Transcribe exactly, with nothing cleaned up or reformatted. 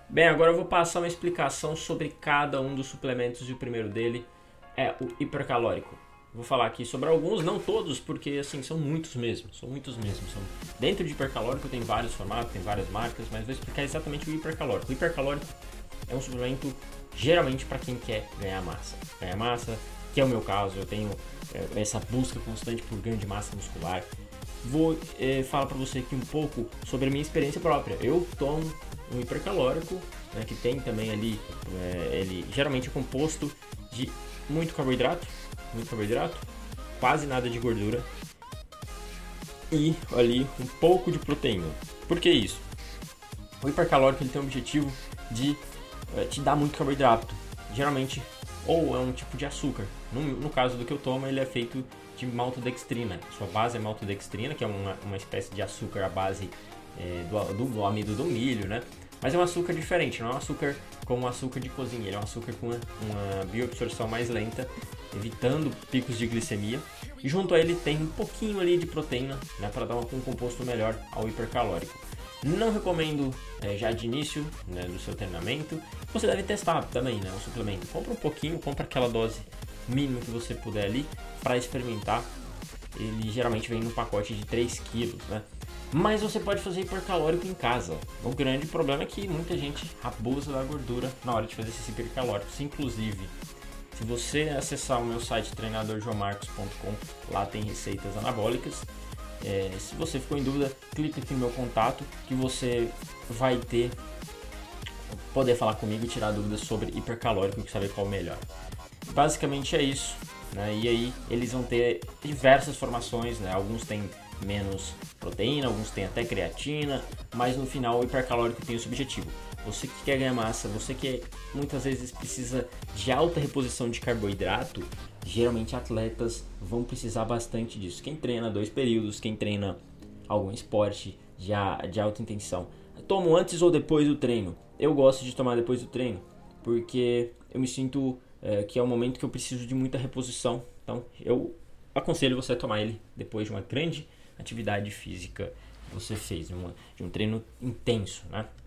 Bem, agora eu vou passar uma explicação sobre cada um dos suplementos e o primeiro dele é o hipercalórico. Vou falar aqui sobre alguns, não todos, porque assim, são muitos mesmo, são muitos mesmo. São... Dentro de hipercalórico tem vários formatos, tem várias marcas, mas vou explicar exatamente o hipercalórico. O hipercalórico é um suplemento geralmente para quem quer ganhar massa. Ganhar massa, que é o meu caso, eu tenho é, essa busca constante por ganho de massa muscular. Vou é, falar para você aqui um pouco sobre a minha experiência própria. Eu tomo um hipercalórico, né, que tem também ali, é, ele geralmente é composto de muito carboidrato, muito carboidrato, quase nada de gordura e ali um pouco de proteína. Por que isso? O hipercalórico ele tem o objetivo de é, te dar muito carboidrato, geralmente ou é um tipo de açúcar. No, no caso do que eu tomo, ele é feito de maltodextrina. Sua base é maltodextrina, que é uma, uma espécie de açúcar à base é, do, do, do amido do milho, né? Mas é um açúcar diferente, não é um açúcar como um açúcar de cozinha, ele é um açúcar com uma, uma bioabsorção mais lenta, evitando picos de glicemia. E junto a ele tem um pouquinho ali de proteína, né, para dar um, um composto melhor ao hipercalórico. Não recomendo é, já de início, né, do seu treinamento. Você deve testar também, né, o suplemento. Compra um pouquinho, compra aquela dose mínima que você puder ali para experimentar. Ele geralmente vem num pacote de três quilos, né? Mas você pode fazer hipercalórico em casa. O grande problema é que muita gente abusa da gordura na hora de fazer esses hipercalóricos. Inclusive, se você acessar o meu site treinador joão marcos ponto com, lá tem receitas anabólicas. É, se você ficou em dúvida, clique aqui no meu contato que você vai ter poder falar comigo e tirar dúvidas sobre hipercalórico e saber qual é o melhor. Basicamente é isso, né? E aí eles vão ter diversas formações, né? Alguns têm menos proteína, alguns têm até creatina, mas no final o hipercalórico tem esse objetivo. Você que quer ganhar massa, você que muitas vezes precisa de alta reposição de carboidrato, geralmente atletas vão precisar bastante disso. Quem treina dois períodos, quem treina algum esporte de, de alta intenção, tomo antes ou depois do treino. Eu gosto de tomar depois do treino, porque eu me sinto é, que é o momento que eu preciso de muita reposição. Então eu aconselho você a tomar ele depois de uma grande atividade física que você fez, de, uma, de um treino intenso, né?